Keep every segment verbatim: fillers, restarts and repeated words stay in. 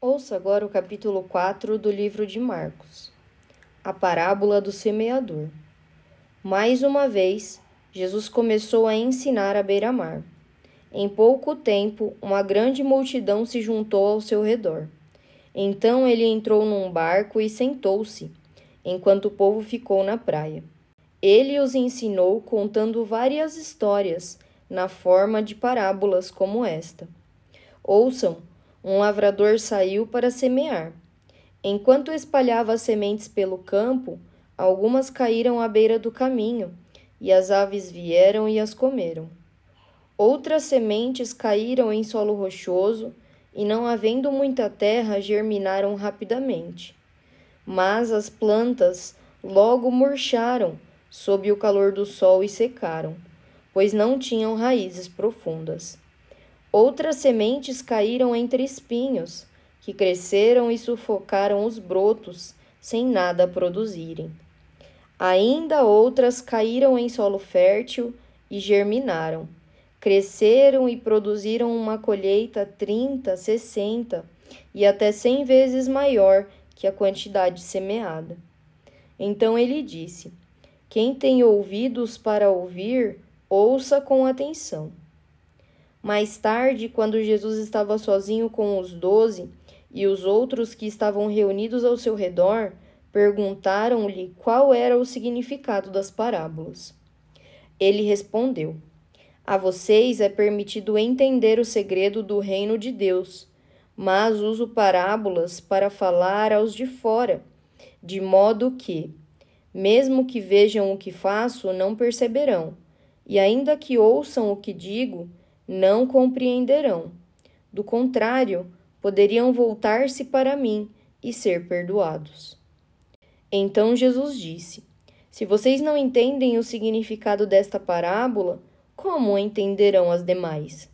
Ouça agora o capítulo quatro do livro de Marcos, a parábola do semeador. Mais uma vez, Jesus começou a ensinar à beira-mar. Em pouco tempo, uma grande multidão se juntou ao seu redor. Então ele entrou num barco e sentou-se, enquanto o povo ficou na praia. Ele os ensinou contando várias histórias, na forma de parábolas como esta. Ouçam, um lavrador saiu para semear. Enquanto espalhava as sementes pelo campo, algumas caíram à beira do caminho, e as aves vieram e as comeram. Outras sementes caíram em solo rochoso, e não havendo muita terra, germinaram rapidamente. Mas as plantas logo murcharam sob o calor do sol e secaram, pois não tinham raízes profundas. Outras sementes caíram entre espinhos, que cresceram e sufocaram os brotos, sem nada produzirem. Ainda outras caíram em solo fértil e germinaram. Cresceram e produziram uma colheita trinta, sessenta e até cem vezes maior que a quantidade semeada. Então ele disse: quem tem ouvidos para ouvir, ouça com atenção. Mais tarde, quando Jesus estava sozinho com os doze e os outros que estavam reunidos ao seu redor, perguntaram-lhe qual era o significado das parábolas. Ele respondeu: a vocês é permitido entender o segredo do reino de Deus, mas uso parábolas para falar aos de fora, de modo que, mesmo que vejam o que faço, não perceberão, e ainda que ouçam o que digo, não compreenderão. Do contrário, poderiam voltar-se para mim e ser perdoados. Então Jesus disse: se vocês não entendem o significado desta parábola, como entenderão as demais?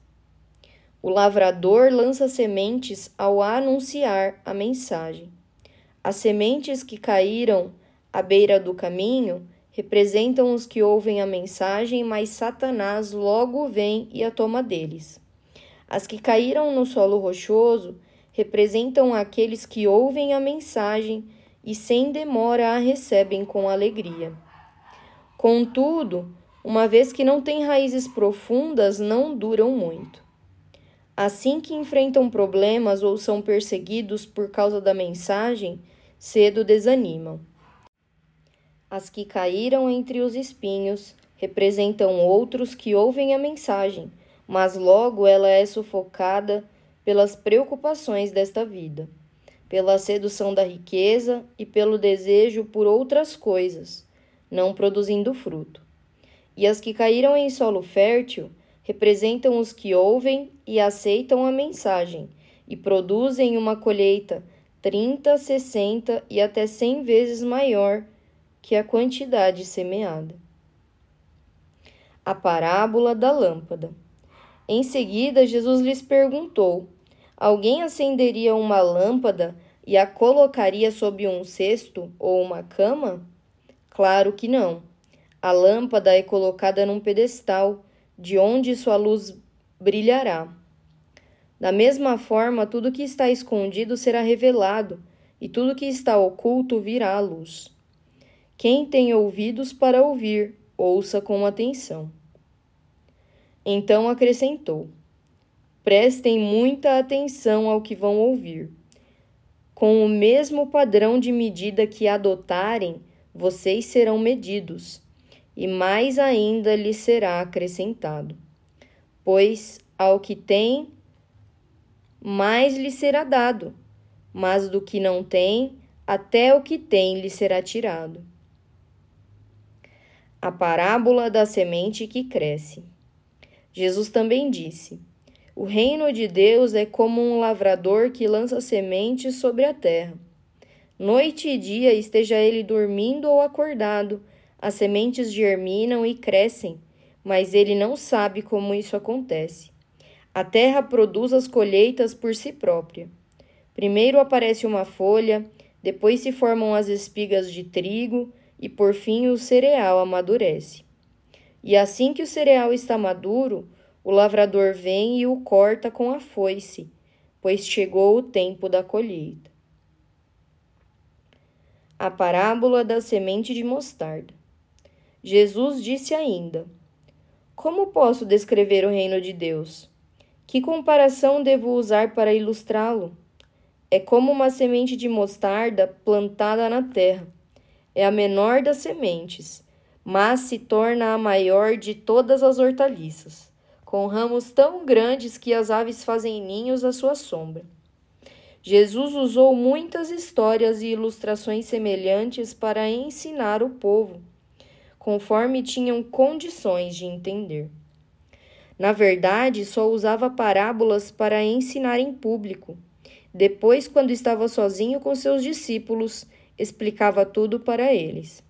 O lavrador lança sementes ao anunciar a mensagem. As sementes que caíram à beira do caminho representam os que ouvem a mensagem, mas Satanás logo vem e a toma deles. As que caíram no solo rochoso representam aqueles que ouvem a mensagem e sem demora a recebem com alegria. Contudo, uma vez que não têm raízes profundas, não duram muito. Assim que enfrentam problemas ou são perseguidos por causa da mensagem, cedo desanimam. As que caíram entre os espinhos representam outros que ouvem a mensagem, mas logo ela é sufocada pelas preocupações desta vida, pela sedução da riqueza e pelo desejo por outras coisas, não produzindo fruto. E as que caíram em solo fértil representam os que ouvem e aceitam a mensagem e produzem uma colheita trinta, sessenta e até cem vezes maior que a quantidade semeada. A parábola da lâmpada. Em seguida, Jesus lhes perguntou: alguém acenderia uma lâmpada e a colocaria sob um cesto ou uma cama? Claro que não. A lâmpada é colocada num pedestal, de onde sua luz brilhará. Da mesma forma, tudo que está escondido será revelado, e tudo que está oculto virá à luz. Quem tem ouvidos para ouvir, ouça com atenção. Então acrescentou: prestem muita atenção ao que vão ouvir. Com o mesmo padrão de medida que adotarem, vocês serão medidos, e mais ainda lhes será acrescentado. Pois ao que tem, mais lhe será dado, mas do que não tem, até o que tem lhe será tirado. A parábola da semente que cresce. Jesus também disse: o reino de Deus é como um lavrador que lança sementes sobre a terra. Noite e dia, esteja ele dormindo ou acordado, as sementes germinam e crescem, mas ele não sabe como isso acontece. A terra produz as colheitas por si própria. Primeiro aparece uma folha, depois se formam as espigas de trigo e, por fim, o cereal amadurece. E assim que o cereal está maduro, o lavrador vem e o corta com a foice, pois chegou o tempo da colheita. A parábola da semente de mostarda. Jesus disse ainda: Como posso descrever o reino de Deus? Que comparação devo usar para ilustrá-lo? É como uma semente de mostarda plantada na terra. É a menor das sementes, mas se torna a maior de todas as hortaliças, com ramos tão grandes que as aves fazem ninhos à sua sombra. Jesus usou muitas histórias e ilustrações semelhantes para ensinar o povo, conforme tinham condições de entender. Na verdade, só usava parábolas para ensinar em público. Depois, quando estava sozinho com seus discípulos, explicava tudo para eles.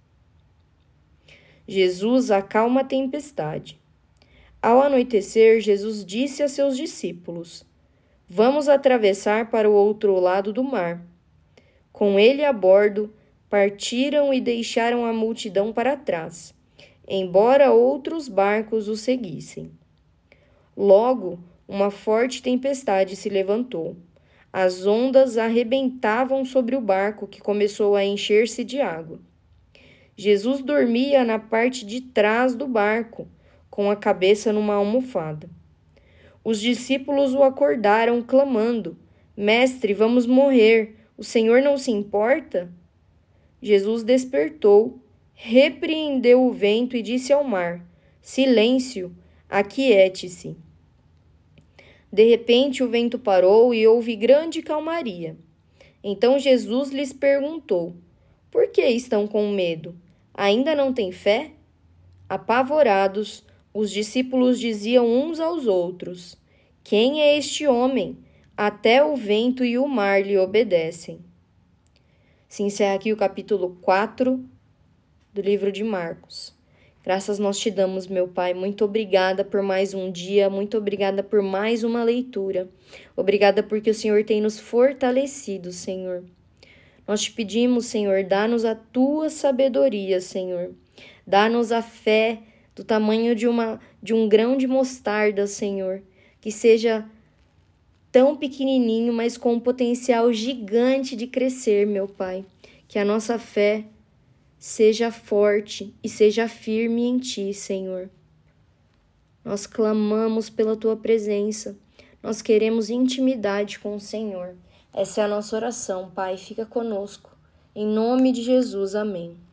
Jesus acalma a tempestade. Ao anoitecer, Jesus disse a seus discípulos: Vamos atravessar para o outro lado do mar. Com ele a bordo, partiram e deixaram a multidão para trás, embora outros barcos o seguissem. Logo, uma forte tempestade se levantou. As ondas arrebentavam sobre o barco, que começou a encher-se de água. Jesus dormia na parte de trás do barco, com a cabeça numa almofada. Os discípulos o acordaram, clamando: Mestre, vamos morrer. O Senhor não se importa? Jesus despertou, repreendeu o vento e disse ao mar: Silêncio, aquiete-se. De repente o vento parou e houve grande calmaria. Então Jesus lhes perguntou: Por que estão com medo? Ainda não têm fé? Apavorados, os discípulos diziam uns aos outros: Quem é este homem? Até o vento e o mar lhe obedecem. Se encerra aqui o capítulo quatro do livro de Marcos. Graças nós te damos, meu Pai. Muito obrigada por mais um dia, muito obrigada por mais uma leitura. Obrigada porque o Senhor tem nos fortalecido, Senhor. Nós te pedimos, Senhor, dá-nos a tua sabedoria, Senhor. Dá-nos a fé do tamanho de, uma, de um grão de mostarda, Senhor, que seja tão pequenininho, mas com um potencial gigante de crescer, meu Pai. Que a nossa fé seja forte e seja firme em Ti, Senhor. Nós clamamos pela Tua presença. Nós queremos intimidade com o Senhor. Essa é a nossa oração, Pai. Fica conosco. Em nome de Jesus, amém.